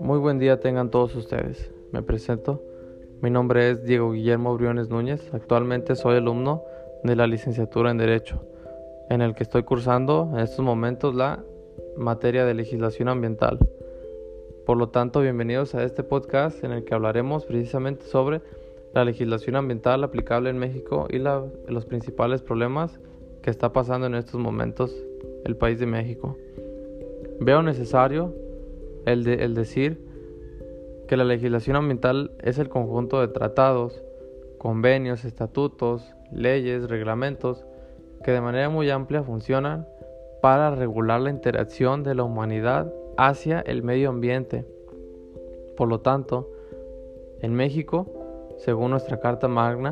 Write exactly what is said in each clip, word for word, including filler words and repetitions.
Muy buen día tengan todos ustedes. Me presento. Mi nombre es Diego Guillermo Briones Núñez. Actualmente soy alumno de la licenciatura en Derecho, en el que estoy cursando en estos momentos la materia de legislación ambiental. Por lo tanto, bienvenidos a este podcast en el que hablaremos precisamente sobre la legislación ambiental aplicable en México y la, los principales problemas que está pasando en estos momentos el país de México. Veo necesario el, de, el decir que la legislación ambiental es el conjunto de tratados, convenios, estatutos, leyes, reglamentos que de manera muy amplia funcionan para regular la interacción de la humanidad hacia el medio ambiente. Por lo tanto, en México, según nuestra Carta Magna,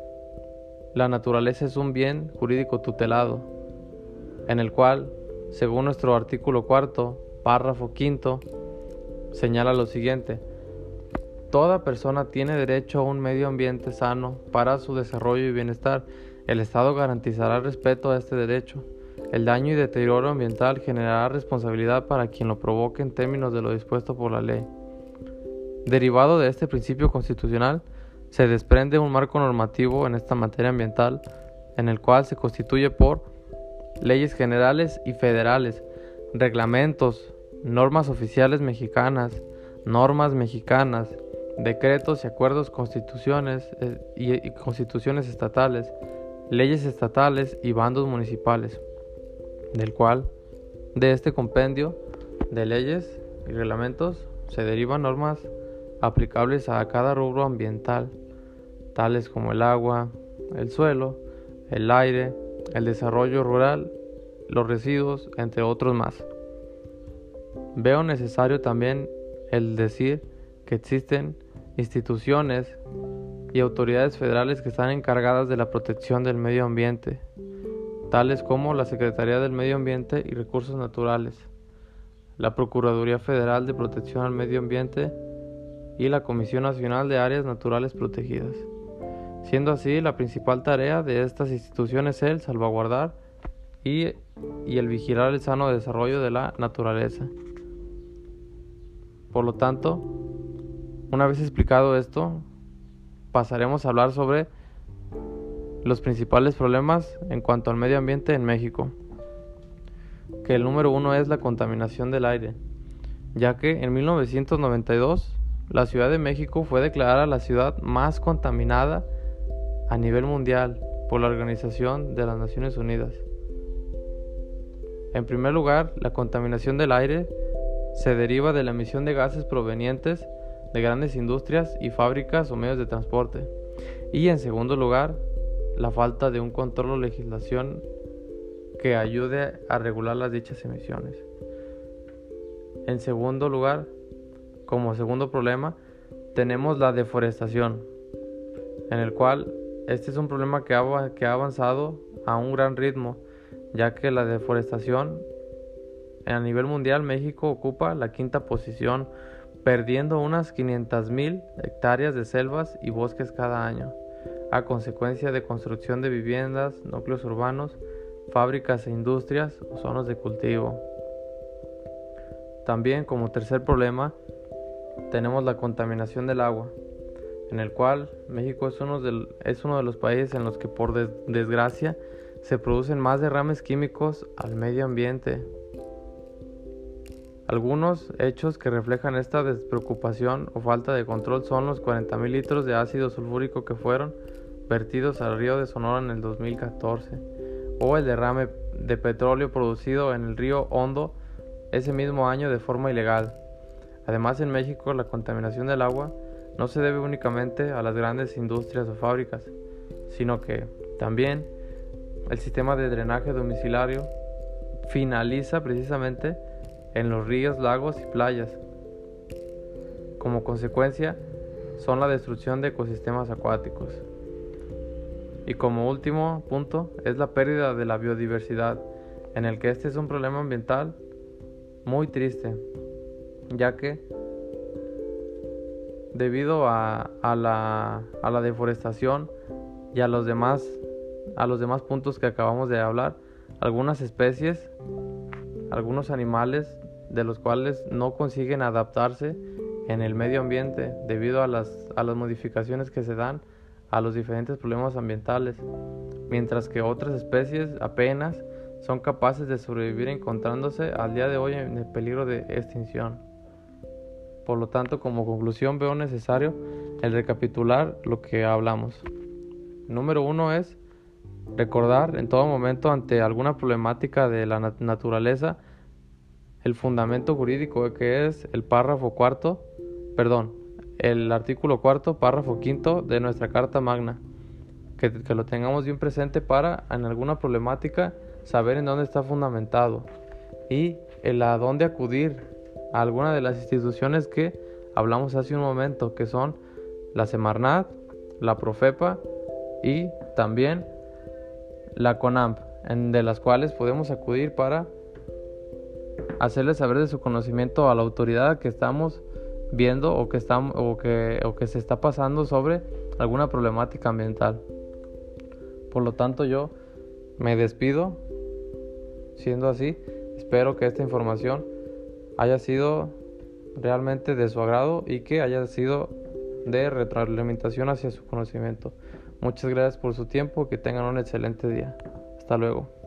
la naturaleza es un bien jurídico tutelado, en el cual, según nuestro artículo cuarto, párrafo quinto, señala lo siguiente: toda persona tiene derecho a un medio ambiente sano para su desarrollo y bienestar. El Estado garantizará el respeto a este derecho. El daño y deterioro ambiental generará responsabilidad para quien lo provoque en términos de lo dispuesto por la ley. Derivado de este principio constitucional, se desprende un marco normativo en esta materia ambiental, en el cual se constituye por leyes generales y federales, reglamentos, normas oficiales mexicanas, normas mexicanas, decretos y acuerdos, constituciones eh, y, y constituciones estatales, leyes estatales y bandos municipales, del cual, de este compendio de leyes y reglamentos, se derivan normas aplicables a cada rubro ambiental, tales como el agua, el suelo, el aire, el desarrollo rural, los residuos, entre otros más. Veo necesario también el decir que existen instituciones y autoridades federales que están encargadas de la protección del medio ambiente, tales como la Secretaría del Medio Ambiente y Recursos Naturales, la Procuraduría Federal de Protección al Medio Ambiente y la Comisión Nacional de Áreas Naturales Protegidas. Siendo así, la principal tarea de estas instituciones es el salvaguardar y, y el vigilar el sano desarrollo de la naturaleza. Por lo tanto, una vez explicado esto, pasaremos a hablar sobre los principales problemas en cuanto al medio ambiente en México. Que el número uno es la contaminación del aire, ya que en mil novecientos noventa y dos la Ciudad de México fue declarada la ciudad más contaminada a nivel mundial por la Organización de las Naciones Unidas. En primer lugar, la contaminación del aire se deriva de la emisión de gases provenientes de grandes industrias y fábricas o medios de transporte. Y en segundo lugar, la falta de un control o legislación que ayude a regular las dichas emisiones. En segundo lugar, como segundo problema, tenemos la deforestación, en el cual este es un problema que ha, que ha avanzado a un gran ritmo, ya que la deforestación a nivel mundial, México ocupa la quinta posición, perdiendo unas quinientas mil hectáreas de selvas y bosques cada año, a consecuencia de construcción de viviendas, núcleos urbanos, fábricas e industrias o zonas de cultivo. También, como tercer problema, tenemos la contaminación del agua, en el cual México es uno de, es uno de los países en los que, por des, desgracia, se producen más derrames químicos al medio ambiente. Algunos hechos que reflejan esta despreocupación o falta de control son los cuarenta mil litros de ácido sulfúrico que fueron vertidos al río de Sonora en el dos mil catorce, o el derrame de petróleo producido en el río Hondo ese mismo año de forma ilegal. Además, en México la contaminación del agua no se debe únicamente a las grandes industrias o fábricas, sino que también el sistema de drenaje domiciliario finaliza precisamente en los ríos, lagos y playas. Como consecuencia, son la destrucción de ecosistemas acuáticos. Y como último punto, es la pérdida de la biodiversidad, en el que este es un problema ambiental muy triste, ya que debido a, a, la, a la deforestación y a los demás, a los demás puntos que acabamos de hablar, algunas especies, algunos animales de los cuales no consiguen adaptarse en el medio ambiente debido a las, a las modificaciones que se dan a los diferentes problemas ambientales, mientras que otras especies apenas son capaces de sobrevivir encontrándose al día de hoy en el peligro de extinción. Por lo tanto, como conclusión veo necesario el recapitular lo que hablamos. Número uno es recordar en todo momento ante alguna problemática de la nat- naturaleza el fundamento jurídico que es el párrafo cuarto, perdón, el artículo cuarto, párrafo quinto de nuestra Carta Magna, que, que lo tengamos bien presente para en alguna problemática saber en dónde está fundamentado y el a dónde acudir a alguna de las instituciones que hablamos hace un momento, que son la Semarnat, la Profepa y también la CONAMP, en, de las cuales podemos acudir para hacerle saber de su conocimiento a la autoridad que estamos viendo o que, estamos, o que, o que se está pasando sobre alguna problemática ambiental. Por lo tanto, yo me despido. Siendo así, espero que esta información haya sido realmente de su agrado y que haya sido de retroalimentación hacia su conocimiento. Muchas gracias por su tiempo, que tengan un excelente día. Hasta luego.